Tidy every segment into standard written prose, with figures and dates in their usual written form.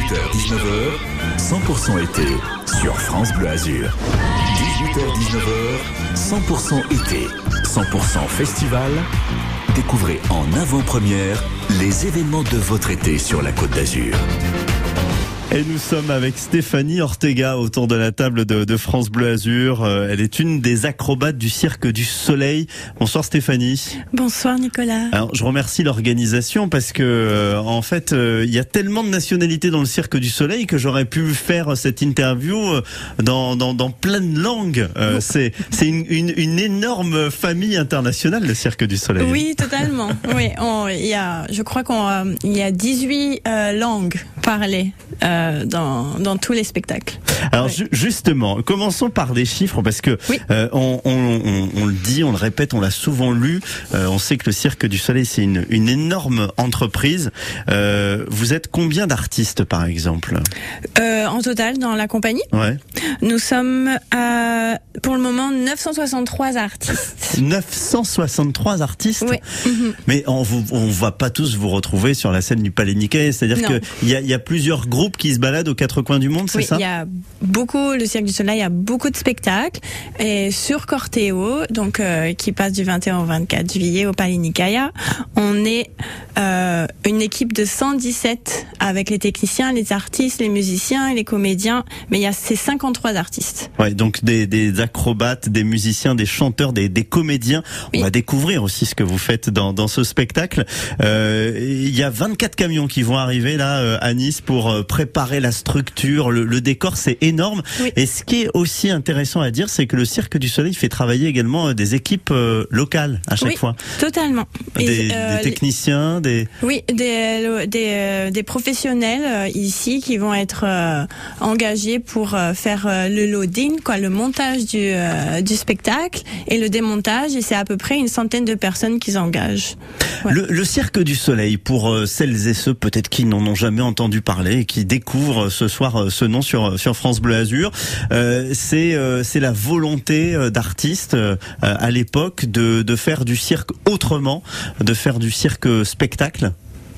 18h-19h, 100% été sur France Bleu Azur. 18h-19h, 100% été, 100% festival. Découvrez en avant-première les événements de votre été sur la Côte d'Azur. Et nous sommes avec Stéphanie Ortega autour de la table de France Bleu Azur. Elle est une des acrobates du Cirque du Soleil. Bonsoir Stéphanie. Bonsoir Nicolas. Alors, je remercie l'organisation parce que en fait il y a tellement de nationalités dans le Cirque du Soleil que j'aurais pu faire cette interview dans plein de langues. C'est une énorme famille internationale, le Cirque du Soleil. Oui, totalement. Oui, je crois qu'il y a 18 langues parlées dans tous les spectacles. Alors oui. Justement, commençons par des chiffres parce que oui. On le dit, on le répète, on l'a souvent lu. On sait que le Cirque du Soleil c'est une énorme entreprise. Vous êtes combien d'artistes par exemple en total dans la compagnie? Ouais. Nous sommes pour le moment 963 artistes. 963 artistes. Oui. Mm-hmm. Mais on va pas tous vous retrouver sur la scène du Palais Nicaise. C'est-à-dire que il y a plusieurs groupes qui se baladent aux quatre coins du monde, c'est ça? Oui, il y a beaucoup, le Cirque du Soleil, il y a beaucoup de spectacles. Et sur Corteo, donc qui passe du 21 au 24 juillet au Palais Nicaise, on est une équipe de 117 avec les techniciens, les artistes, les musiciens et les comédiens. Mais il y a ces 53 artistes. Ouais, donc des acrobates, des musiciens, des chanteurs, des comédiens. Oui. On va découvrir aussi ce que vous faites dans ce spectacle. Il y a 24 camions qui vont arriver là à Nice pour préparer la structure, le décor, c'est énorme. Oui. Et ce qui est aussi intéressant à dire, c'est que le Cirque du Soleil fait travailler également des équipes locales à chaque fois. Totalement. Des techniciens, Oui, des professionnels ici qui vont être engagés pour faire le loading, le montage du spectacle et le démontage, et c'est à peu près une centaine de personnes qui s'engagent. Ouais. Le Cirque du Soleil, pour celles et ceux peut-être qui n'en ont jamais entendu parler et qui découvrent ce soir ce nom sur France Bleu Azur, c'est la volonté d'artistes à l'époque de faire du cirque autrement, de faire du cirque spectacle.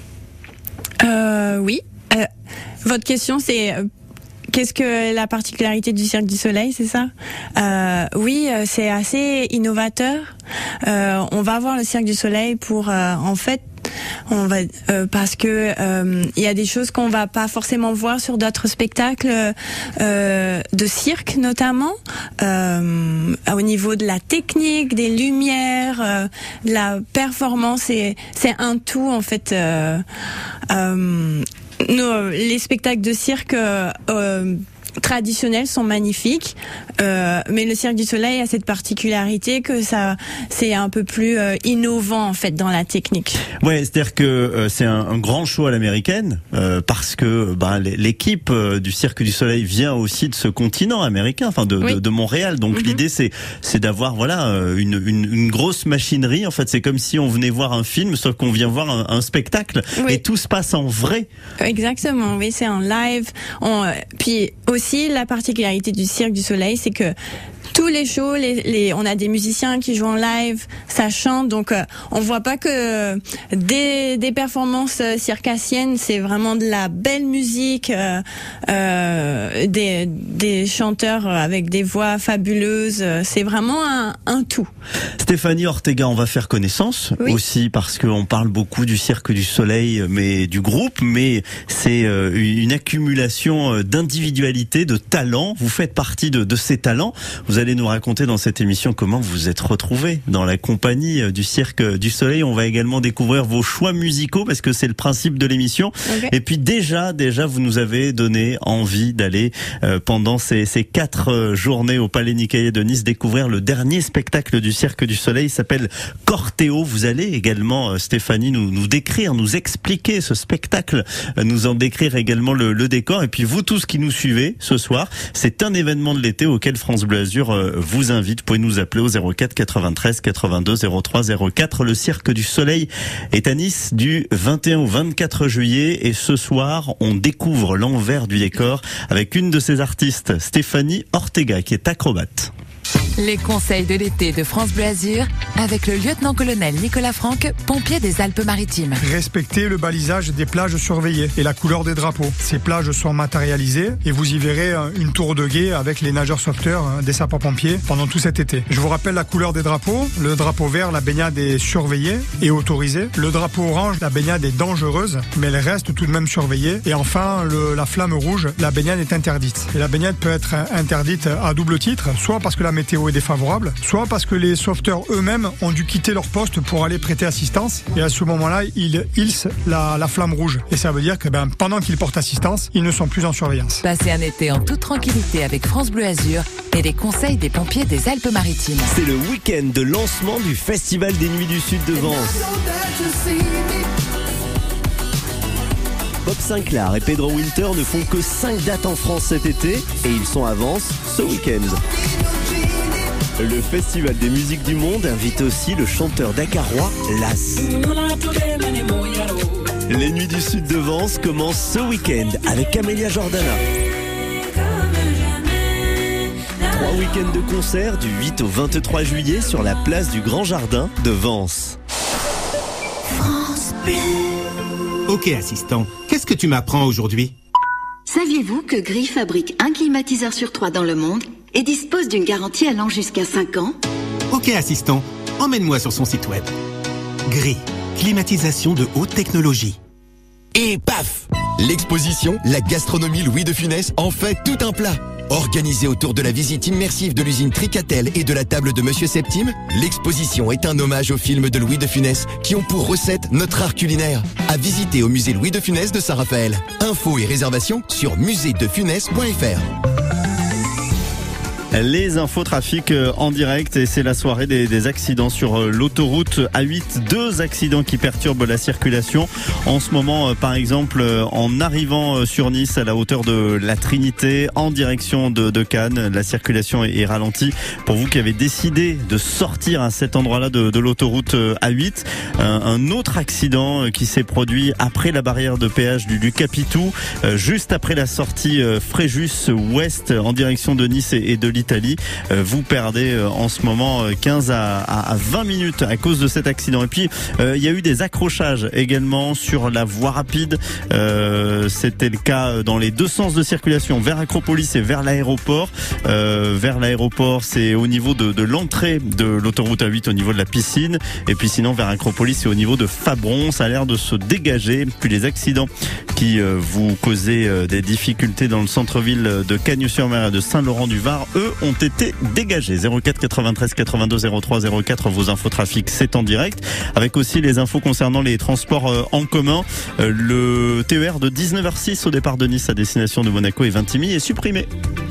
Oui. Votre question c'est qu'est-ce que la particularité du Cirque du Soleil, c'est ça? Oui, c'est assez innovateur. On va voir le Cirque du Soleil pour en fait parce que il y a des choses qu'on va pas forcément voir sur d'autres spectacles de cirque notamment au niveau de la technique, des lumières, de la performance, c'est un tout en fait. Les spectacles de cirque traditionnels sont magnifiques, mais le Cirque du Soleil a cette particularité que c'est un peu plus innovant en fait dans la technique. Ouais, c'est-à-dire que c'est un grand show à l'américaine parce que l'équipe du Cirque du Soleil vient aussi de ce continent américain, enfin de Montréal. Donc l'idée c'est d'avoir une grosse machinerie. En fait, c'est comme si on venait voir un film, sauf qu'on vient voir un spectacle et tout se passe en vrai. Exactement. Oui, c'est en live. Puis aussi, la particularité du Cirque du Soleil, c'est que tous les shows, on a des musiciens qui jouent en live, ça chante, donc on voit pas que des performances circassiennes, c'est vraiment de la belle musique, des chanteurs avec des voix fabuleuses, c'est vraiment un tout. Stéphanie Ortega, on va faire connaissance aussi parce qu'on parle beaucoup du Cirque du Soleil, mais du groupe, mais c'est une accumulation d'individualité, de talents. Vous faites partie de ces talents. Vous allez nous raconter dans cette émission comment vous vous êtes retrouvés dans la compagnie du Cirque du Soleil. On va également découvrir vos choix musicaux parce que c'est le principe de l'émission. Okay. Et puis déjà, vous nous avez donné envie d'aller pendant ces 4 journées au Palais Nicaise de Nice découvrir le dernier spectacle du Cirque du Soleil. Il s'appelle Corteo. Vous allez également, Stéphanie, nous décrire, nous expliquer ce spectacle, nous en décrire également le décor. Et puis vous tous qui nous suivez ce soir, c'est un événement de l'été auquel France Bleu Azur vous invite. Vous pouvez nous appeler au 04 93 82 03 04. Le Cirque du Soleil est à Nice du 21 au 24 juillet et ce soir, on découvre l'envers du décor avec une de ses artistes, Stéphanie Ortega, qui est acrobate. Les conseils de l'été de France Bleu Azur avec le lieutenant-colonel Nicolas Franck, pompier des Alpes-Maritimes. Respectez le balisage des plages surveillées et la couleur des drapeaux. Ces plages sont matérialisées et vous y verrez une tour de guet avec les nageurs sauveteurs des sapeurs-pompiers pendant tout cet été. Je vous rappelle la couleur des drapeaux. Le drapeau vert, la baignade est surveillée et autorisée. Le drapeau orange, la baignade est dangereuse, mais elle reste tout de même surveillée. Et enfin, la flamme rouge, la baignade est interdite. Et la baignade peut être interdite à double titre, soit parce que la météo est défavorable, soit parce que les sauveteurs eux-mêmes ont dû quitter leur poste pour aller prêter assistance. Et à ce moment-là, ils hissent la flamme rouge. Et ça veut dire que pendant qu'ils portent assistance, ils ne sont plus en surveillance. Passez un été en toute tranquillité avec France Bleu Azur et les conseils des pompiers des Alpes-Maritimes. C'est le week-end de lancement du Festival des Nuits du Sud de Vence. Bob Sinclair et Pedro Winter ne font que 5 dates en France cet été et ils sont à Vence ce week-end. Le Festival des musiques du monde invite aussi le chanteur dakarois Las. Les Nuits du Sud de Vence commencent ce week-end avec Camélia Jordana. 3 week-ends de concerts du 8 au 23 juillet sur la place du Grand Jardin de Vence. France Bleu. Ok assistant, qu'est-ce que tu m'apprends aujourd'hui? Saviez-vous que Gris fabrique un climatiseur sur 3 dans le monde et dispose d'une garantie allant jusqu'à 5 ans? Ok assistant, emmène-moi sur son site web. Gris, climatisation de haute technologie. Et paf! L'exposition La gastronomie Louis de Funès en fait tout un plat. Organisée autour de la visite immersive de l'usine Tricatel et de la table de Monsieur Septime, l'exposition est un hommage aux films de Louis de Funès qui ont pour recette notre art culinaire. À visiter au musée Louis de Funès de Saint-Raphaël. Infos et réservations sur muséedefunès.fr. Les infos trafic en direct et c'est la soirée des accidents sur l'autoroute A8. 2 accidents qui perturbent la circulation. En ce moment, par exemple, en arrivant sur Nice à la hauteur de la Trinité, en direction de Cannes, la circulation est ralentie. Pour vous qui avez décidé de sortir à cet endroit-là de l'autoroute A8, un autre accident qui s'est produit après la barrière de péage du Capitou, juste après la sortie Fréjus Ouest en direction de Nice et de l'Italie. Vous perdez en ce moment 15 à 20 minutes à cause de cet accident. Et puis il y a eu des accrochages également sur la voie rapide. C'était le cas dans les 2 sens de circulation, vers Acropolis et vers l'aéroport. Vers l'aéroport, c'est au niveau de l'entrée de l'autoroute A8, au niveau de la piscine. Et puis sinon vers Acropolis, c'est au niveau de Fabron. Ça a l'air de se dégager. Puis les accidents qui vous causaient des difficultés dans le centre-ville de Cagnes-sur-Mer et de Saint-Laurent-du-Var, eux ont été dégagés. 04 93 82 03 04, vos infos trafic, c'est en direct. Avec aussi les infos concernant les transports en commun. Le TER de 19h06 au départ de Nice à destination de Monaco et Vintimille est supprimé.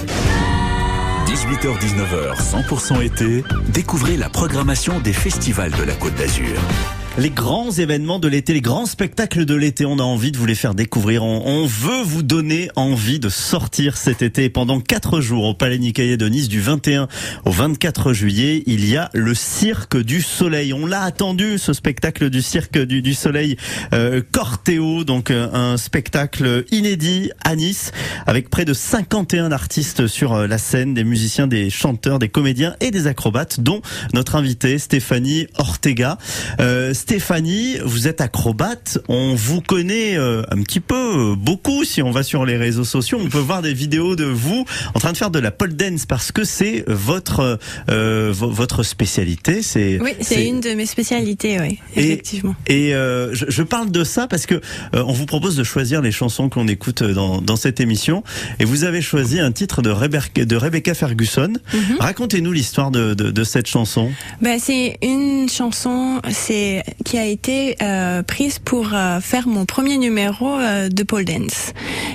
18h-19h, 100% été, découvrez la programmation des festivals de la Côte d'Azur. Les grands événements de l'été, les grands spectacles de l'été, on a envie de vous les faire découvrir. On veut vous donner envie de sortir cet été. Pendant 4 jours au Palais Nicaillé de Nice, du 21 au 24 juillet, il y a le Cirque du Soleil. On l'a attendu, ce spectacle du Cirque du Soleil Cortéo, donc un spectacle inédit à Nice, avec près de 51 artistes sur la scène, des musiciens, des chanteurs, des comédiens et des acrobates, dont notre invitée Stéphanie Ortega. Stéphanie, vous êtes acrobate, on vous connaît un petit peu, beaucoup, si on va sur les réseaux sociaux, on peut voir des vidéos de vous en train de faire de la pole dance parce que c'est votre spécialité. Oui, c'est une de mes spécialités, oui, effectivement. Et je parle de ça parce que on vous propose de choisir les chansons qu'on écoute dans cette émission et vous avez choisi un titre de Rebecca Ferguson. Mm-hmm. Racontez-nous l'histoire de cette chanson. C'est une chanson, qui a été prise pour faire mon premier numéro de pole dance.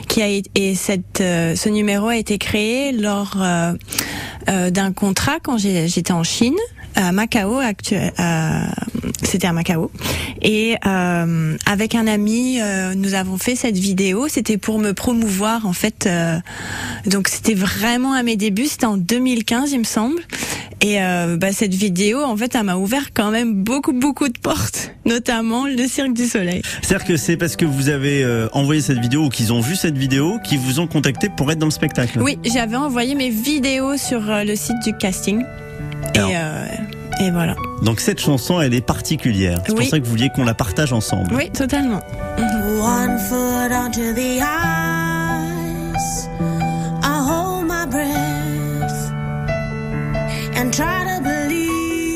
Ce numéro a été créé lors d'un contrat quand j'étais en Chine. À Macao, c'était à Macao. Et avec un ami, nous avons fait cette vidéo. C'était pour me promouvoir, en fait. Donc c'était vraiment à mes débuts. C'était en 2015, il me semble. Et cette vidéo, en fait, elle m'a ouvert quand même beaucoup de portes, notamment le Cirque du Soleil. C'est-à-dire que c'est parce que vous avez envoyé cette vidéo ou qu'ils ont vu cette vidéo qu'ils vous ont contacté pour être dans le spectacle. Oui, j'avais envoyé mes vidéos sur le site du casting. Et voilà. Donc cette chanson, elle est particulière. C'est pour ça que vous vouliez qu'on la partage ensemble. Oui, totalement. One foot onto the ice, I hold my breath and try to believe.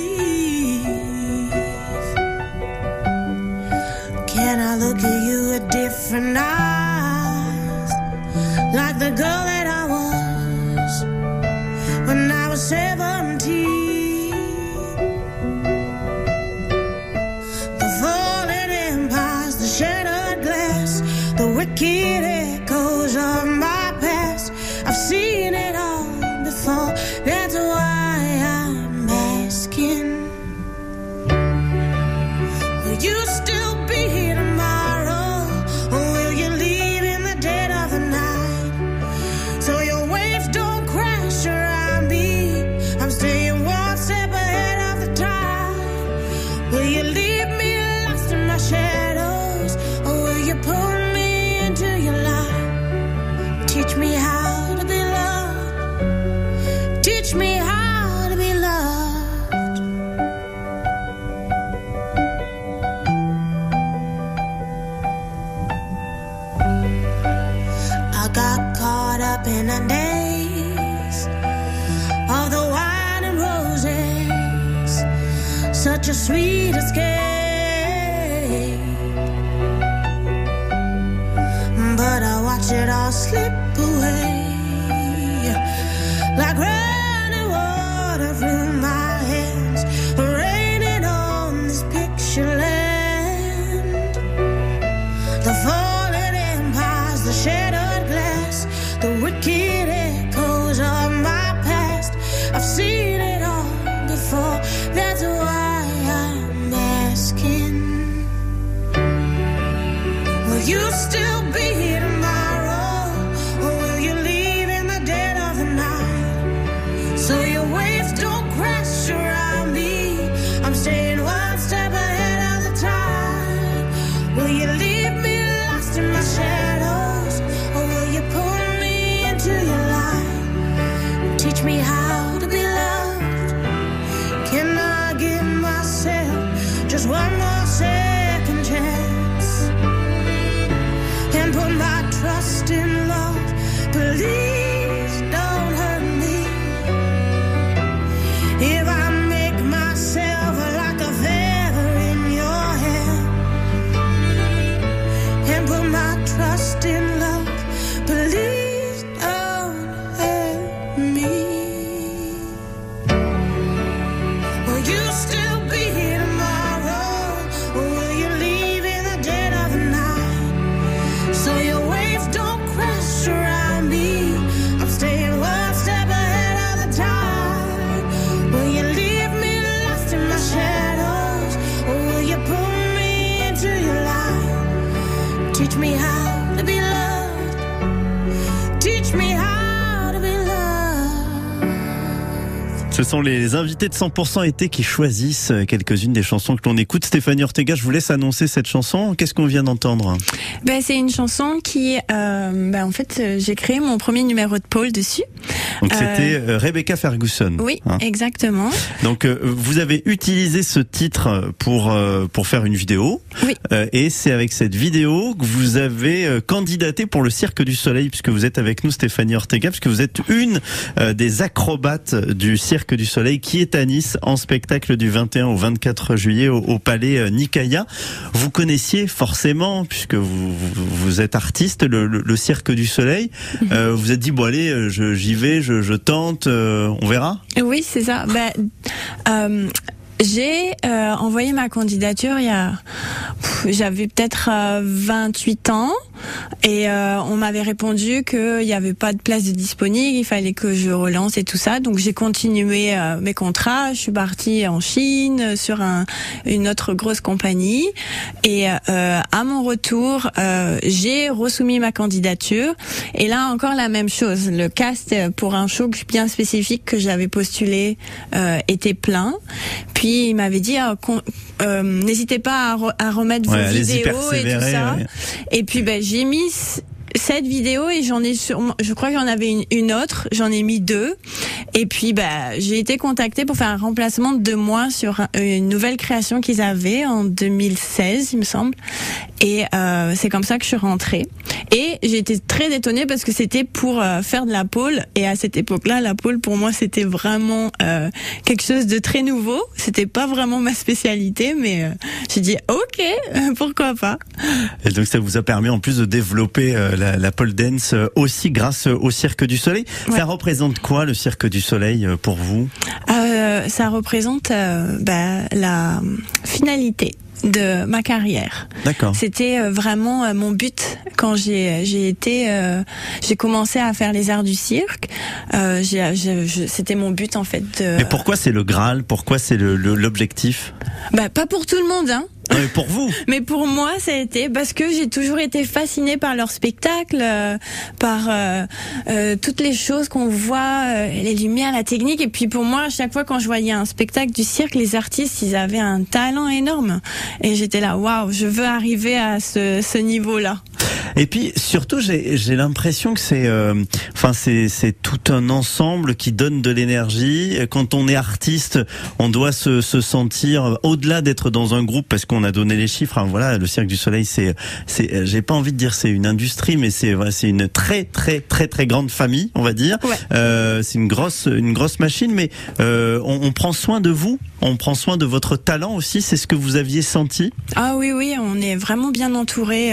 Can I look at you with different eyes, like the girl that I was when I was 17? Wicked echoes of my past. I've seen it all before. That's why I'm asking. Will you still be here tomorrow? Or will you leave in the dead of the night? So your waves don't crash around me. I'm staying one step ahead of the tide. Will you leave me lost in my shadows? Or will you pull teach me how to be loved. Teach me how to be loved. I got caught up in the days of the wine and roses, such a sweet escape. But I watch it all slip away, like running water through my hands, raining on this picture land. The fallen empires, the shattered glass, the wicked echoes of my past. I've seen it all before, that's why I'm asking. Will you still be here tomorrow, or will you leave in the dead of the night? So your waves don't crash around me. I'm staying one step ahead of the tide. Will you leave me lost in my shadows, or will you pull me into your light? Teach me how to be loved. Can I give myself just one more second chance and put my trust in love? Please don't hurt me. If I make myself like a feather in your hair and put my trust in love, please don't hurt me. Will you still be here tomorrow, or will you leave in the dead of the night? So your waves don't crash around me. I'm staying one step ahead of the tide. Will you leave me lost in my shadows, or will you pull me into your light? Teach me how to be loved. Teach me how to be loved. Ce sont les invités de 100% été qui choisissent quelques-unes des chansons que l'on écoute. Stéphanie Ortega, je vous laisse annoncer cette chanson. Qu'est-ce qu'on vient d'entendre? C'est une chanson qui, en fait, j'ai créé mon premier numéro de pôle dessus. Donc c'était Rebecca Ferguson. Oui, exactement. Donc vous avez utilisé ce titre pour faire une vidéo. Oui. Et c'est avec cette vidéo que vous avez candidaté pour le Cirque du Soleil, puisque vous êtes avec nous, Stéphanie Ortega, puisque vous êtes une des acrobates du Cirque du Soleil qui est à Nice en spectacle du 21 au 24 juillet au Palais Nicaïa. Vous connaissiez forcément, puisque vous êtes artiste, le Cirque du Soleil. Vous êtes dit, bon allez, j'y vais, je tente, on verra. Oui, c'est ça. J'ai envoyé ma candidature j'avais peut-être 28 ans et on m'avait répondu qu'il n'y avait pas de place de disponible, il fallait que je relance et tout ça. Donc j'ai continué mes contrats, je suis partie en Chine sur une autre grosse compagnie et à mon retour, j'ai resoumis ma candidature et là encore la même chose. Le cast pour un show bien spécifique que j'avais postulé était plein. Puis il m'avait dit n'hésitez pas à remettre vos vidéos et tout ça. Ouais. Et puis j'ai mis cette vidéo et je crois que j'en avais une autre, j'en ai mis 2 Et puis, j'ai été contactée pour faire un remplacement de 2 mois sur une nouvelle création qu'ils avaient en 2016, il me semble. Et c'est comme ça que je suis rentrée. Et j'ai été très étonnée parce que c'était pour faire de la pole. Et à cette époque-là, la pole pour moi c'était vraiment quelque chose de très nouveau. C'était pas vraiment ma spécialité, mais j'ai dit ok, pourquoi pas. Et donc ça vous a permis en plus de développer la pole dance aussi grâce au Cirque du Soleil. Ouais. Ça représente quoi le Cirque du Soleil pour vous? Ça représente la finalité de ma carrière. D'accord. C'était vraiment mon but quand j'ai commencé à faire les arts du cirque. C'était mon but en fait. Mais pourquoi c'est le Graal? Pourquoi c'est l'objectif? Pas pour tout le monde, hein. Mais pour vous. Mais pour moi, ça a été parce que j'ai toujours été fascinée par leur spectacle, par toutes les choses qu'on voit, les lumières, la technique. Et puis pour moi, à chaque fois quand je voyais un spectacle du cirque, les artistes, ils avaient un talent énorme. Et j'étais là, waouh, je veux arriver à ce niveau-là. Et puis surtout, j'ai l'impression que c'est tout un ensemble qui donne de l'énergie. Quand on est artiste, on doit se sentir au-delà d'être dans un groupe, parce qu'on a donné les chiffres. Hein, voilà, le Cirque du Soleil, j'ai pas envie de dire c'est une industrie, mais c'est une très très très très grande famille, on va dire. Ouais. C'est une grosse machine, mais on prend soin de vous. On prend soin de votre talent aussi. C'est ce que vous aviez senti? Ah oui, on est vraiment bien entouré.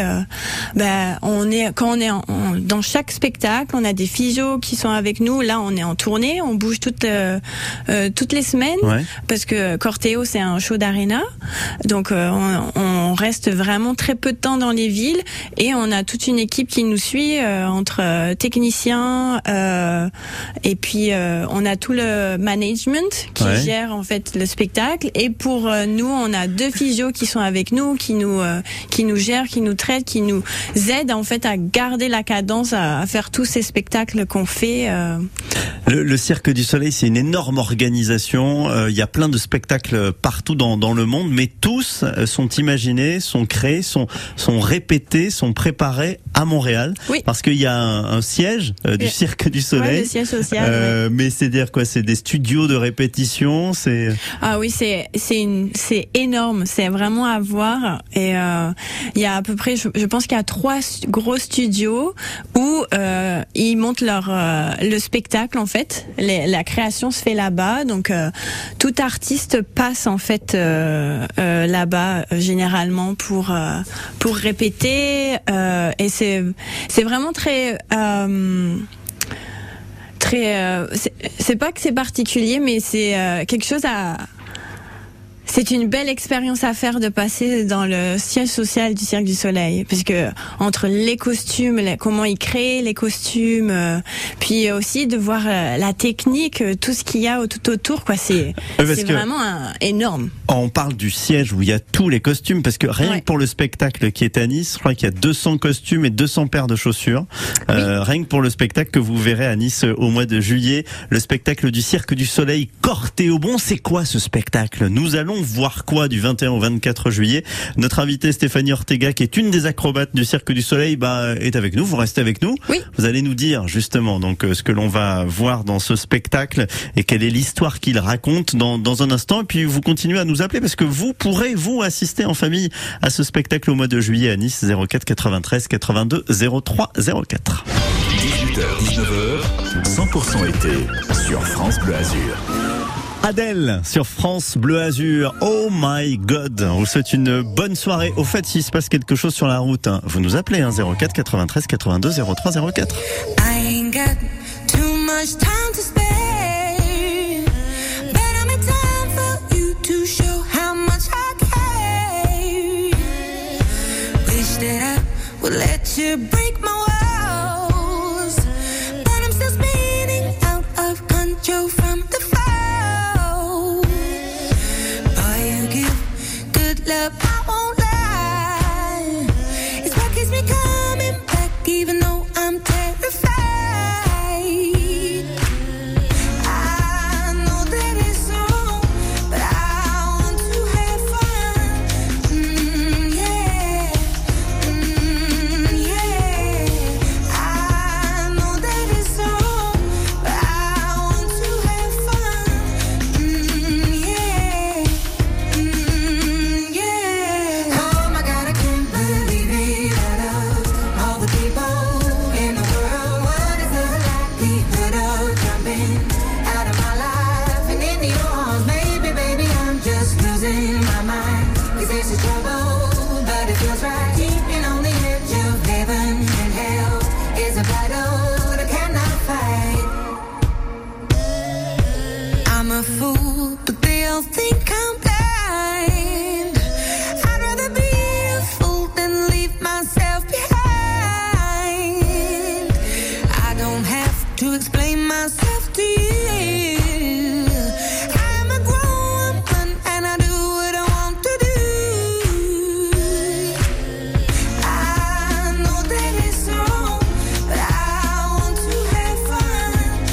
Quand on est dans chaque spectacle, on a des physios qui sont avec nous. Là, on est en tournée, on bouge toutes les semaines, ouais. Parce que Corteo c'est un show d'arena, donc on reste vraiment très peu de temps dans les villes et on a toute une équipe qui nous suit entre techniciens et puis on a tout le management qui ouais. Gère en fait le spectacle, et pour nous on a 2 physios qui sont avec nous, qui nous gèrent, qui nous traitent, qui nous aident en fait à garder la cadence, à faire tous ces spectacles qu'on fait. Le Cirque du Soleil, c'est une énorme organisation. Il y a plein de spectacles partout dans le monde, mais tous sont imaginés, sont créés, sont répétés, sont préparés à Montréal. Oui. Parce qu'il y a un siège du Cirque du Soleil. Ouais, le siège social. Ouais. Mais c'est dire quoi? C'est des studios de répétition. Ah oui, c'est énorme. C'est vraiment à voir. Et il y a à peu près, je pense qu'il y a 3 gros studios où ils montent le spectacle en fait. La création se fait là-bas, donc tout artiste passe en fait là-bas généralement pour répéter, et c'est vraiment très c'est pas que c'est particulier, mais c'est quelque chose c'est une belle expérience à faire de passer dans le siège social du Cirque du Soleil, parce que entre les costumes, comment ils créent les costumes, puis aussi de voir la technique, tout ce qu'il y a tout autour, quoi. C'est vraiment énorme. On parle du siège où il y a tous les costumes, parce que rien que pour le spectacle qui est à Nice, je crois qu'il y a 200 costumes et 200 paires de chaussures. Oui. Rien que pour le spectacle que vous verrez à Nice au mois de juillet, le spectacle du Cirque du Soleil Corteo. Bon, c'est quoi ce spectacle? Nous allons voir quoi du 21 au 24 juillet. Notre invitée Stéphanie Ortega, qui est une des acrobates du Cirque du Soleil, est avec nous. Vous restez avec nous. Oui. Vous allez nous dire justement donc ce que l'on va voir dans ce spectacle et quelle est l'histoire qu'il raconte dans un instant. Et puis vous continuez à nous appeler parce que vous pourrez assister en famille à ce spectacle au mois de juillet à Nice. 04 93 82 03 04. 18h 19h 100% été sur France Bleu Azur. Adèle sur France Bleu Azur. Oh my God. On vous souhaite une bonne soirée. Au fait, s'il se passe quelque chose sur la route, vous nous appelez 04 93 82 03 04. I ain't got too much time to spare, but I'm in time for you to show how much I care. Wish that I would let you break my walls, but I'm still spinning out of control from the love, I won't lie. It's what keeps me coming back, even though I'm terrified. I know that it's wrong, but I want to have fun. Yeah. it's a battle that I cannot fight. I'm a fool, but they all think I'm blind. I'd rather be a fool than leave myself behind. I don't have to explain myself to you. I'm a grown woman and I do what I want to do. I know that it's wrong, but I want to have fun.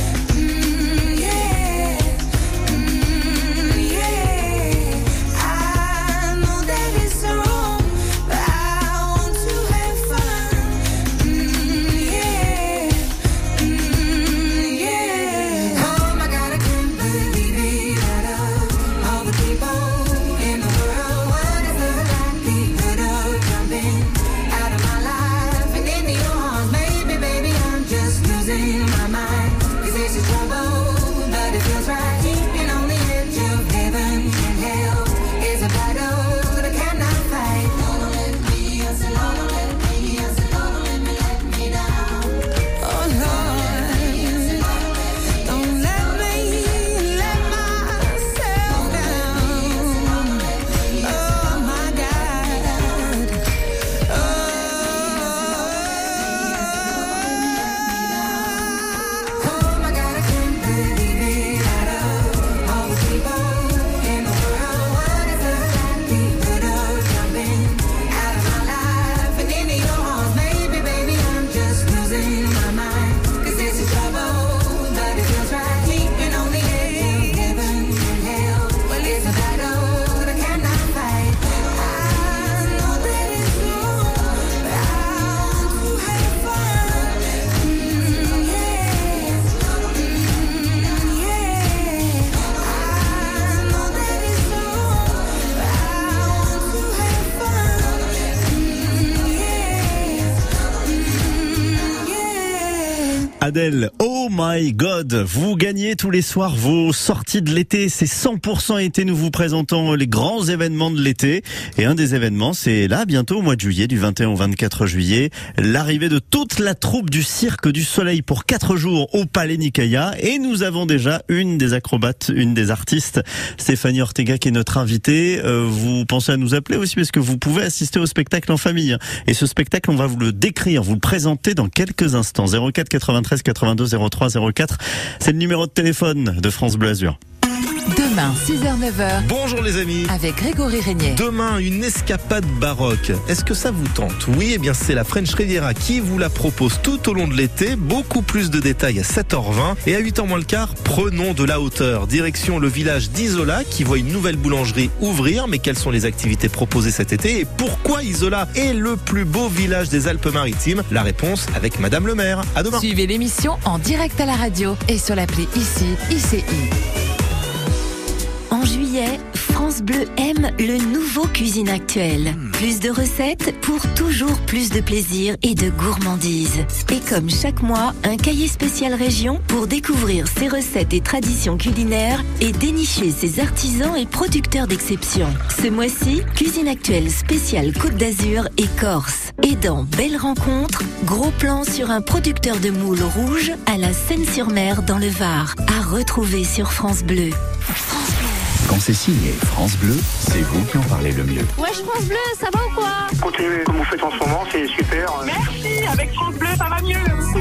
Yeah. Yeah. I know that it's wrong, but I want to have fun. Yeah. Yeah. Oh my God, I can't believe it. Out of all the people in the world, what is the likelihood of jumping out of my life and into your arms? Maybe, baby, I'm just losing my mind. 'Cause this is trouble, but it feels right. Keeping on the edge of heaven and hell is a battle that I cannot fight. Don't let me, I said, don't let me, I said, don't let me down. Oh Lord, don't let me let myself down. Oh my God. Oh my God, I can't believe it. Out of all the people in the world, what is the likelihood of jumping out of my life and into your arms? Maybe, baby, I'm just losing my mind. 'Cause this is trouble, but it feels right. Keeping on the edge of heaven and hell. Well, it's a battle that I cannot fight. I know that it's wrong, but I want to have fun. Yeah. Yeah. I know that it's wrong, but I want to have fun. Yeah. Adèle, oh my God, vous gagnez tous les soirs vos sorties de l'été, c'est 100% été, nous vous présentons les grands événements de l'été, et un des événements c'est là bientôt au mois de juillet, du 21 au 24 juillet, l'arrivée de toute la troupe du Cirque du Soleil pour 4 jours au Palais Nicaïa, et nous avons déjà une des acrobates, une des artistes, Stéphanie Ortega qui est notre invitée. Vous pensez à nous appeler aussi parce que vous pouvez assister au spectacle en famille, et ce spectacle on va vous le décrire, vous le présenter dans quelques instants. 04 93 82 03 04, c'est le numéro de téléphone de France Bleu Azur. Demain, 6h-9h, Bonjour les amis. avec Grégory Régnier. Demain, une escapade baroque. Est-ce que ça vous tente? Oui, eh bien c'est la French Riviera qui vous la propose tout au long de l'été. Beaucoup plus de détails à 7h20. Et à 8h moins le quart, prenons de la hauteur. Direction le village d'Isola qui voit une nouvelle boulangerie ouvrir. Mais quelles sont les activités proposées cet été? Et pourquoi Isola est le plus beau village des Alpes-Maritimes? La réponse avec Madame le maire. À demain. Suivez l'émission en direct à la radio et sur l'appli ICI, ICI. En juillet, France Bleu aime le nouveau Cuisine Actuelle. Plus de recettes pour toujours plus de plaisir et de gourmandise. Et comme chaque mois, un cahier spécial région pour découvrir ses recettes et traditions culinaires et dénicher ses artisans et producteurs d'exception. Ce mois-ci, Cuisine Actuelle spéciale Côte d'Azur et Corse. Et dans Belle Rencontre, gros plan sur un producteur de moules rouges à la Seine-sur-Mer dans le Var. À retrouver sur France Bleu. Quand c'est signé France Bleu, c'est vous qui en parlez le mieux. Wesh France Bleu, ça va ou quoi? Continuez comme vous faites en ce moment, c'est super. Merci, avec France Bleu, ça va mieux.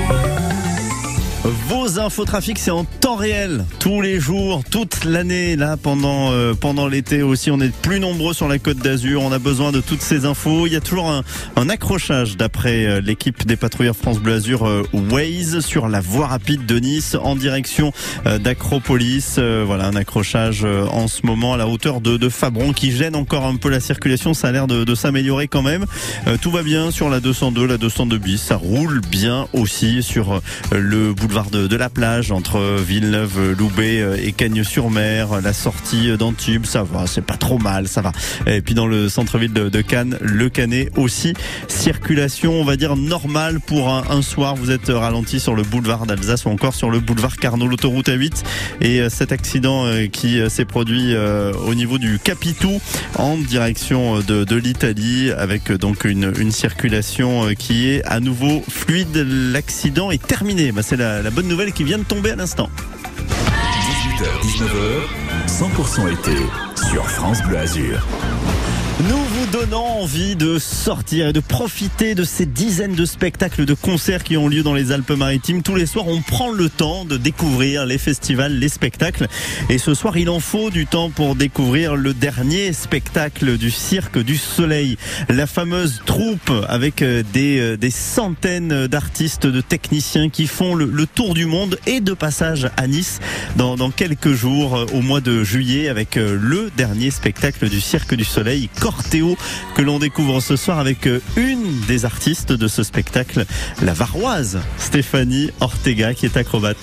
Vos infos trafic, c'est en temps réel, tous les jours, toute l'année, là, pendant l'été aussi. On est plus nombreux sur la Côte d'Azur, on a besoin de toutes ces infos. Il y a toujours un accrochage d'après l'équipe des patrouilleurs France Bleu Azur Waze sur la voie rapide de Nice en direction d'Acropolis. Voilà, un accrochage en ce moment à la hauteur de Fabron qui gêne encore un peu la circulation. Ça a l'air de s'améliorer quand même. Tout va bien sur la 202, la 202 bis. Ça roule bien aussi sur le boulevard de la plage entre Villeneuve-Loubet et Cagnes-sur-Mer, la sortie d'Antibes, ça va, c'est pas trop mal, ça va. Et puis dans le centre-ville de Cannes, le Canet aussi. Circulation, on va dire normale pour un soir. Vous êtes ralenti sur le boulevard d'Alsace ou encore sur le boulevard Carnot, l'autoroute A8. Et cet accident qui s'est produit au niveau du Capitou en direction de l'Italie avec donc une circulation qui est à nouveau fluide. L'accident est terminé. C'est la bonne nouvelle qui vient de tomber à l'instant. 18h, 19h, 100% été sur France Bleu Azur. Nous vous donnons envie de sortir et de profiter de ces dizaines de spectacles, de concerts qui ont lieu dans les Alpes-Maritimes. Tous les soirs, on prend le temps de découvrir les festivals, les spectacles. Et ce soir, il en faut du temps pour découvrir le dernier spectacle du Cirque du Soleil. La fameuse troupe avec des centaines d'artistes, de techniciens qui font le tour du monde et de passage à Nice dans quelques jours au mois de juillet avec le dernier spectacle du Cirque du Soleil, Cortéo, que l'on découvre ce soir avec une des artistes de ce spectacle, la Varoise Stéphanie Ortega, qui est acrobate.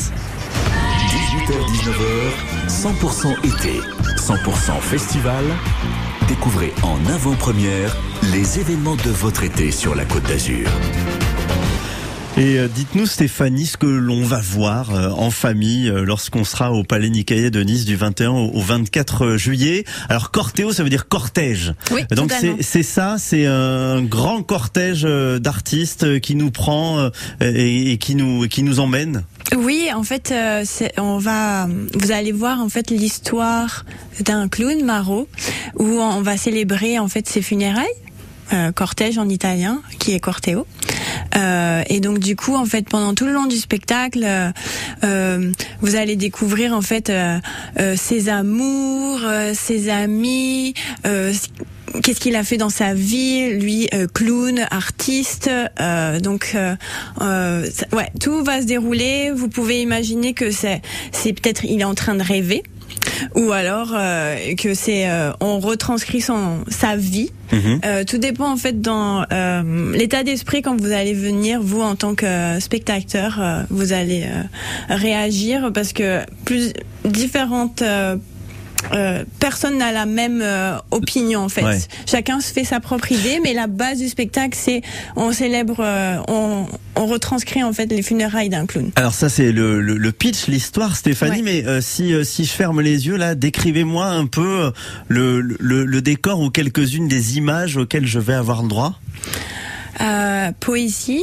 18h, 19h, 100% été, 100% festival. Découvrez en avant-première les événements de votre été sur la Côte d'Azur. Et dites-nous Stéphanie ce que l'on va voir en famille lorsqu'on sera au Palais Nicaïa de Nice du 21 au 24 juillet. Alors cortéo, ça veut dire cortège. Oui, donc c'est ça, c'est un grand cortège d'artistes qui nous prend et qui nous emmène. Oui, en fait, vous allez voir en fait l'histoire d'un clown Marot où on va célébrer en fait ses funérailles. Cortège en italien, qui est cortéo. Et donc du coup, en fait, pendant tout le long du spectacle, vous allez découvrir en fait ses amours, ses amis. Qu'est-ce qu'il a fait dans sa vie, lui, clown, artiste. Tout va se dérouler. Vous pouvez imaginer que c'est peut-être il est en train de rêver. Ou alors que on retranscrit sa vie. Tout dépend en fait dans l'état d'esprit quand vous allez venir, vous en tant que spectateur, vous allez réagir parce que différentes personne n'a la même opinion en fait. Ouais. Chacun se fait sa propre idée, mais la base du spectacle, c'est on célèbre, on retranscrit en fait les funérailles d'un clown. Alors ça c'est le pitch, l'histoire, Stéphanie. Ouais. Mais si je ferme les yeux là, décrivez-moi un peu le décor ou quelques-unes des images auxquelles je vais avoir le droit. Poésie.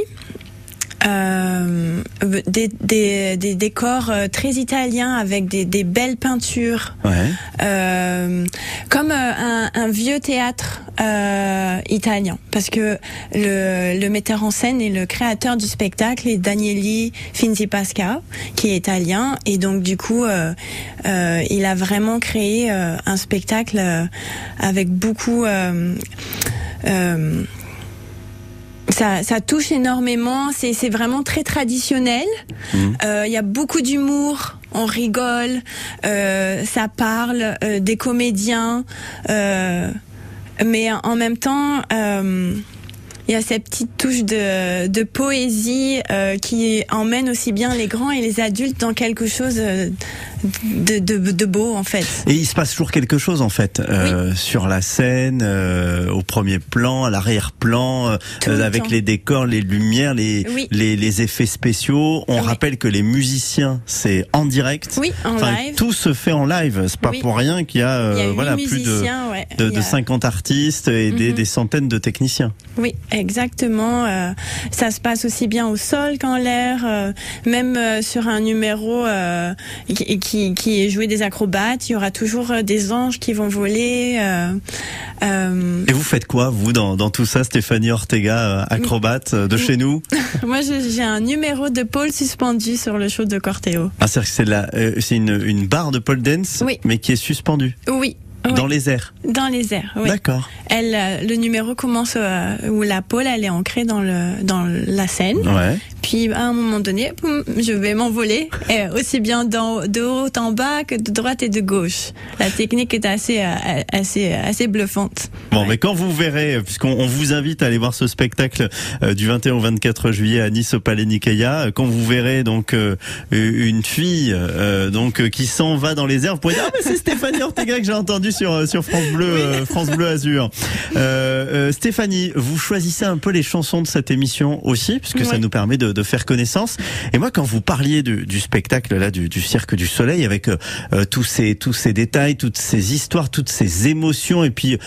Des décors très italiens avec des belles peintures, comme un vieux théâtre italien, parce que le metteur en scène et le créateur du spectacle est Daniele Finzi-Pasca, qui est italien, et donc du coup il a vraiment créé un spectacle avec beaucoup ça touche énormément, c'est vraiment très traditionnel. Il y a beaucoup d'humour, on rigole, ça parle des comédiens, mais en même temps il y a cette petite touche de poésie qui emmène aussi bien les grands et les adultes dans quelque chose de beau en fait. Et il se passe toujours quelque chose en fait sur la scène, au premier plan, à l'arrière-plan, avec les décors, les lumières, les effets spéciaux. On rappelle que les musiciens c'est en direct. Oui, en live. Tout se fait en live. C'est pas pour rien qu'il y a, plus de 50 artistes et des centaines de techniciens. Oui, exactement. Ça se passe aussi bien au sol qu'en l'air. Même sur un numéro qui est joué des acrobates, il y aura toujours des anges qui vont voler. Et vous faites quoi, vous, dans tout ça, Stéphanie Ortega, acrobate de chez nous? Moi, j'ai un numéro de pole suspendu sur le show de Cortéo. Ah, c'est-à-dire que c'est une barre de pole dance, mais qui est suspendue. Oui. Dans les airs. Dans les airs, oui. D'accord. Le numéro commence où la pôle elle est ancrée dans la scène. Ouais. Puis à un moment donné, je vais m'envoler, aussi bien de haut en bas que de droite et de gauche. La technique est assez bluffante. Bon, mais quand vous verrez, puisqu'on vous invite à aller voir ce spectacle du 21 au 24 juillet à Nice au Palais Nicaea, quand vous verrez donc une fille qui s'en va dans les airs, vous pourrez dire ah mais c'est Stéphanie Ortega que j'ai entendu sur France Bleu France Bleu Azur. Stéphanie, vous choisissez un peu les chansons de cette émission aussi, puisque ça nous permet de faire connaissance. Et moi, quand vous parliez du spectacle là du Cirque du Soleil avec tous ces détails, toutes ces histoires, toutes ces émotions, et puis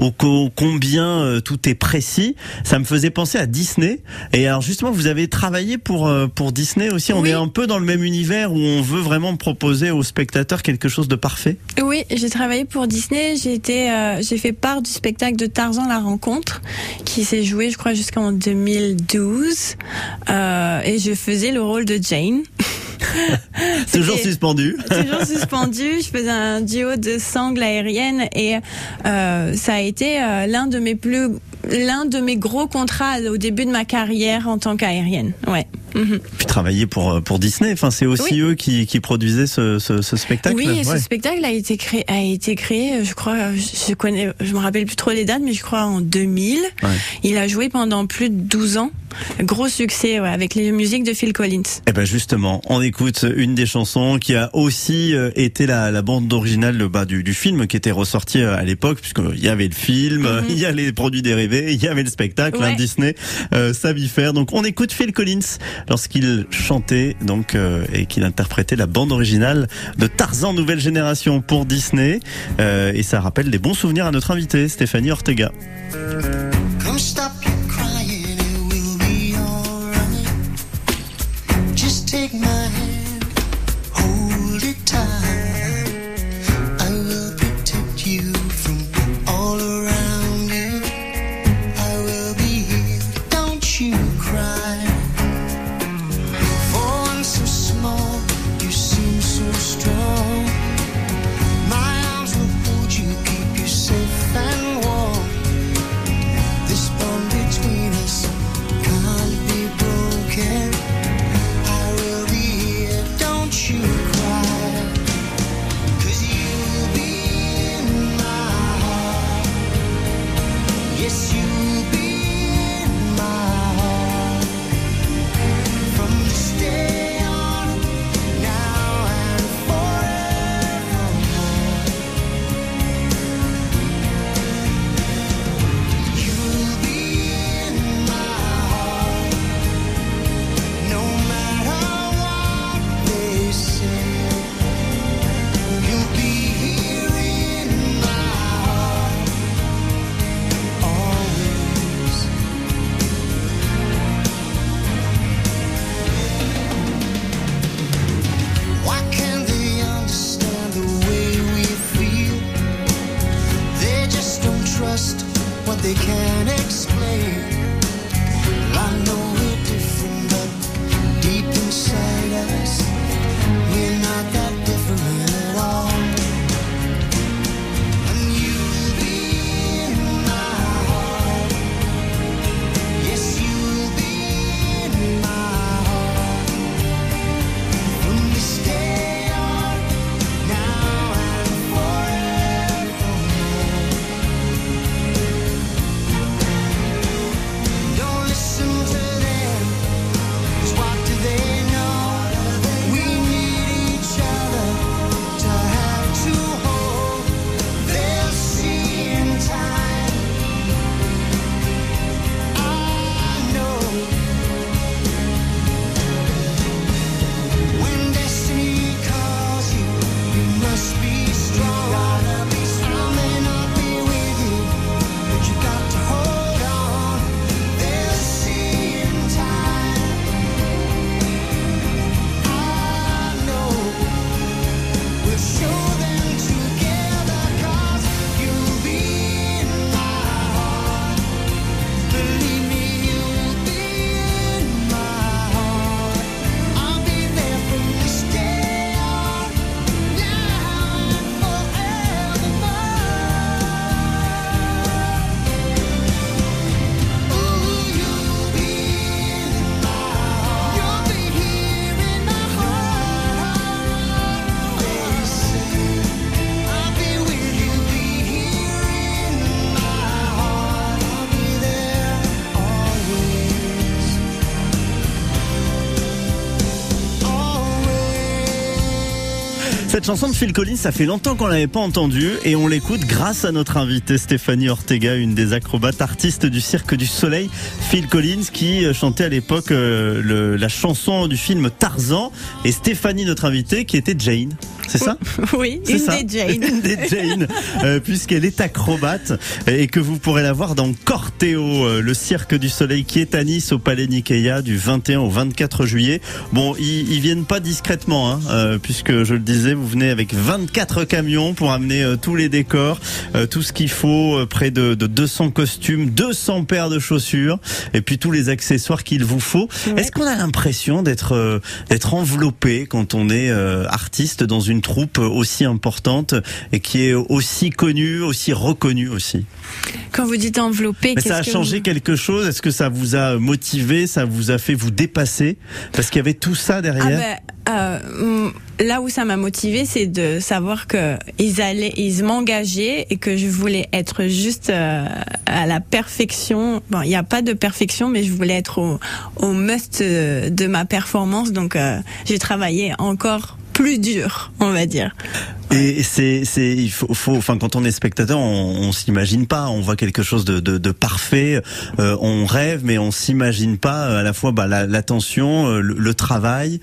combien tout est précis, ça me faisait penser à Disney. Et alors justement, vous avez travaillé pour Disney aussi. On est un peu dans le même univers où on veut vraiment proposer aux spectateurs quelque chose de parfait. Oui, j'ai travaillé pour Disney. J'ai fait part du spectacle de Tarzan la rencontre qui s'est joué, je crois, jusqu'en 2012. Et je faisais le rôle de Jane. Toujours suspendu. Toujours suspendu. Je faisais un duo de sangles aériennes et ça a été l'un de mes gros contrats au début de ma carrière en tant qu'aérienne. Ouais. Puis travailler pour Disney, enfin c'est aussi eux qui produisaient ce spectacle. Oui, et ce spectacle a été créé, je crois, je me rappelle plus trop les dates, mais je crois en 2000. Ouais. Il a joué pendant plus de 12 ans. Gros succès avec les musiques de Phil Collins. Et ben justement, on écoute une des chansons qui a aussi été la bande originale du film qui était ressorti à l'époque, puisqu'il y avait le film, il y a les produits dérivés, il y avait le spectacle, Disney savait faire. Donc on écoute Phil Collins lorsqu'il chantait et qu'il interprétait la bande originale de Tarzan Nouvelle Génération pour Disney, et ça rappelle des bons souvenirs à notre invité Stéphanie Ortega. Take my hand, hold it tight. I will protect you from all around you. I will be here, don't you cry. For one so small, you seem so strong. My arms will hold you, keep you safe and warm. This bond between us can't be broken. Cette chanson de Phil Collins, ça fait longtemps qu'on l'avait pas entendue et on l'écoute grâce à notre invitée Stéphanie Ortega, une des acrobates artistes du Cirque du Soleil. Phil Collins qui chantait à l'époque la chanson du film Tarzan, et Stéphanie, notre invitée, qui était Jane. C'est ça? Oui, c'est ça. Des Jane. Une des Jane, puisqu'elle est acrobate et que vous pourrez la voir dans Cortéo, le Cirque du Soleil qui est à Nice au Palais Nikéa du 21 au 24 juillet. Bon, ils viennent pas discrètement, hein, puisque je le disais, vous venez avec 24 camions pour amener tous les décors, tout ce qu'il faut, près de 200 costumes, 200 paires de chaussures et puis tous les accessoires qu'il vous faut. Ouais. Est-ce qu'on a l'impression d'être enveloppé quand on est artiste dans une troupe aussi importante et qui est aussi connue, aussi reconnue aussi? Quand vous dites enveloppé, mais ça a changé quelque chose? Est-ce que ça vous a motivé? Ça vous a fait vous dépasser? Parce qu'il y avait tout ça derrière. Là où ça m'a motivé, c'est de savoir que ils m'engageaient et que je voulais être juste à la perfection. Bon, il n'y a pas de perfection, mais je voulais être au must de ma performance. Donc, j'ai travaillé encore plus dur, on va dire. Et il faut, enfin, quand on est spectateur, on s'imagine pas, on voit quelque chose de parfait, on rêve, mais on s'imagine pas à la fois, l'attention, le travail,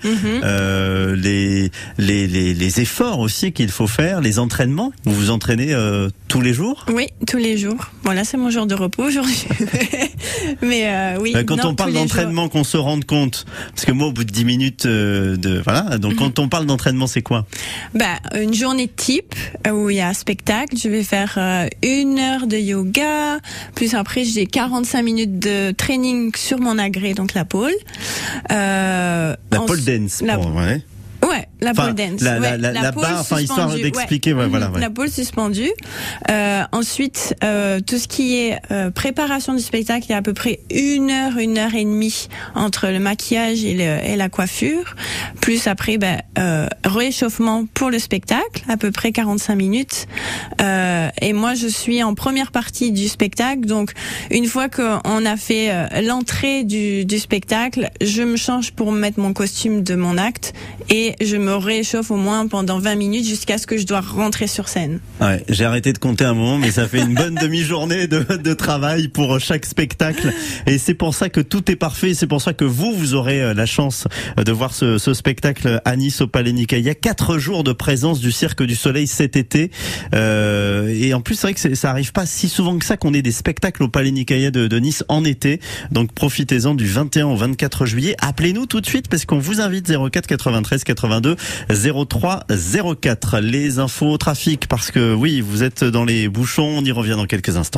les efforts aussi qu'il faut faire, les entraînements. Vous vous entraînez tous les jours? Oui, tous les jours. Bon, là, c'est mon jour de repos aujourd'hui. Mais oui. Quand on parle d'entraînement, qu'on se rende compte, parce que moi, au bout de 10 minutes donc quand on parle d'entraînement, c'est quoi? Une journée type où il y a un spectacle, je vais faire 1 heure de yoga, plus après j'ai 45 minutes de training sur mon agrès, donc la pole. La pole dance. Ouais, la pole dance. La barre, enfin, histoire d'expliquer, voilà. La pole suspendue. Ensuite, tout ce qui est préparation du spectacle, il y a à peu près 1 heure et demie entre le maquillage et la coiffure. Plus après, réchauffement pour le spectacle, à peu près 45 minutes. Et moi, je suis en première partie du spectacle. Donc, une fois qu'on a fait l'entrée du spectacle, je me change pour mettre mon costume de mon acte et je me réchauffe au moins pendant 20 minutes jusqu'à ce que je dois rentrer sur scène. Ouais, j'ai arrêté de compter un moment, mais ça fait une bonne demi-journée de travail pour chaque spectacle. Et c'est pour ça que tout est parfait. C'est pour ça que vous aurez la chance de voir ce spectacle à Nice au Palais Nikéa. Il y a 4 jours de présence du Cirque du Soleil cet été. Et en plus, c'est vrai que ça arrive pas si souvent que ça qu'on ait des spectacles au Palais Nikéa de Nice en été. Donc profitez-en du 21 au 24 juillet. Appelez-nous tout de suite parce qu'on vous invite 04 93 82 03 04. Les infos trafic, parce que oui, vous êtes dans les bouchons, on y revient dans quelques instants.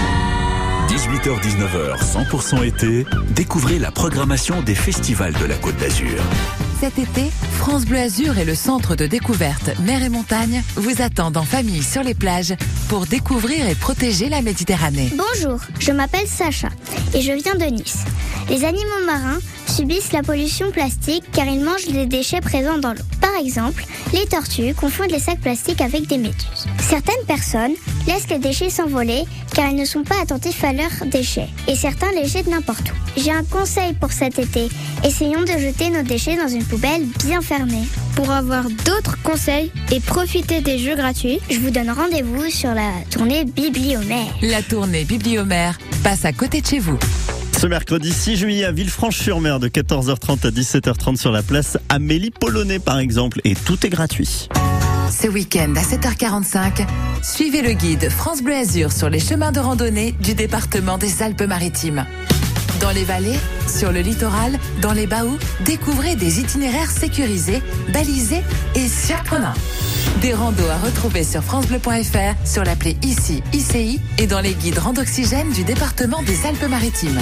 18h-19h, 100% été, découvrez la programmation des festivals de la Côte d'Azur. Cet été, France Bleu Azur et le centre de découverte Mer et Montagne vous attendent en famille sur les plages pour découvrir et protéger la Méditerranée. Bonjour, je m'appelle Sacha et je viens de Nice. Les animaux marins subissent la pollution plastique car ils mangent des déchets présents dans l'eau. Par exemple, les tortues confondent les sacs plastiques avec des méduses. Certaines personnes laissent les déchets s'envoler car ils ne sont pas attentifs à leurs déchets et certains les jettent n'importe où. J'ai un conseil pour cet été. Essayons de jeter nos déchets dans une poubelle bien fermée. Pour avoir d'autres conseils et profiter des jeux gratuits, je vous donne rendez-vous sur la tournée Bibliomère. La tournée Bibliomère passe à côté de chez vous. Ce mercredi 6 juillet à Villefranche-sur-Mer de 14h30 à 17h30 sur la place Amélie Polonais par exemple, et tout est gratuit. Ce week-end à 7h45, suivez le guide France Bleu Azur sur les chemins de randonnée du département des Alpes-Maritimes. Dans les vallées, sur le littoral, dans les baous, découvrez des itinéraires sécurisés, balisés et surprenants. Des randos à retrouver sur francebleu.fr, sur l'appli ICI, ICI et dans les guides Randoxygène du département des Alpes-Maritimes.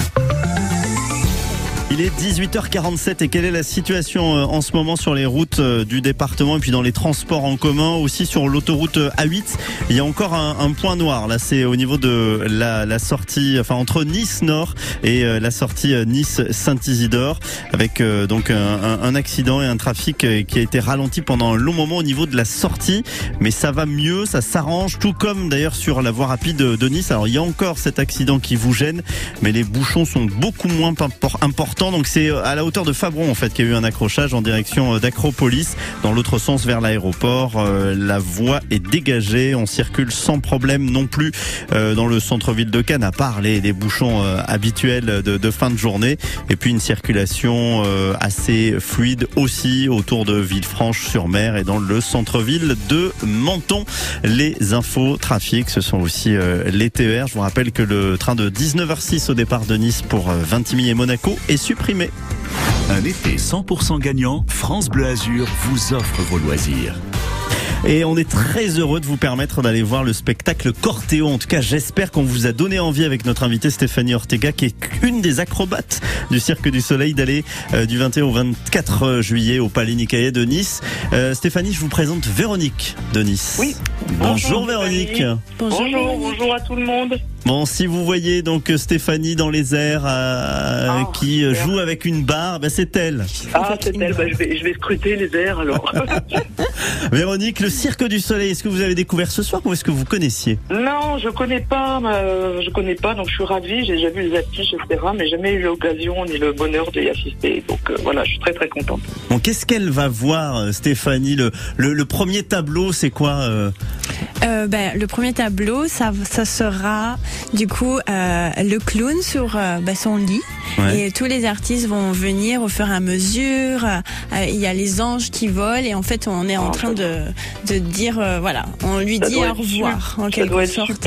Il est 18h47 et quelle est la situation en ce moment sur les routes du département et puis dans les transports en commun, aussi sur l'autoroute A8? Il y a encore un point noir. Là, c'est au niveau de la sortie, enfin entre Nice Nord et la sortie Nice Saint-Isidore, avec donc un accident et un trafic qui a été ralenti pendant un long moment au niveau de la sortie. Mais ça va mieux, ça s'arrange, tout comme d'ailleurs sur la voie rapide de Nice. Alors il y a encore cet accident qui vous gêne, mais les bouchons sont beaucoup moins importants important. Donc c'est à la hauteur de Fabron en fait qu'il y a eu un accrochage en direction d'Acropolis, dans l'autre sens vers l'aéroport. La voie est dégagée, on circule sans problème non plus dans le centre-ville de Cannes, à part les bouchons habituels de fin de journée. Et puis une circulation assez fluide aussi autour de Villefranche-sur-Mer et dans le centre-ville de Menton. Les infos trafic, ce sont aussi les TER. Je vous rappelle que le train de 19h06 au départ de Nice pour Vintimille et Monaco est supprimé. Un été 100% gagnant, France Bleu Azur vous offre vos loisirs. Et on est très heureux de vous permettre d'aller voir le spectacle Cortéo. En tout cas, j'espère qu'on vous a donné envie avec notre invitée Stéphanie Ortega, qui est une des acrobates du Cirque du Soleil, d'aller du 21 au 24 juillet au Palais Nicaïa de Nice. Stéphanie, je vous présente Véronique de Nice. Oui. Bonjour Véronique. Bonjour à tout le monde. Bon, si vous voyez donc Stéphanie dans les airs qui joue avec une barre, c'est elle. C'est elle. Je vais scruter les airs alors. Véronique, le Cirque du Soleil, est-ce que vous avez découvert ce soir ou est-ce que vous connaissiez? Non, je connais pas, donc je suis ravie, j'ai déjà vu les affiches, etc., mais jamais eu l'occasion ni le bonheur d'y assister, donc voilà, je suis très très contente. Bon, qu'est-ce qu'elle va voir, Stéphanie? Le premier tableau, c'est quoi Le premier tableau, ça sera du coup le clown sur son lit. Ouais. Et tous les artistes vont venir au fur et à mesure. Il y a les anges qui volent et en fait on est en train de dire on lui dit au revoir en quelque sorte.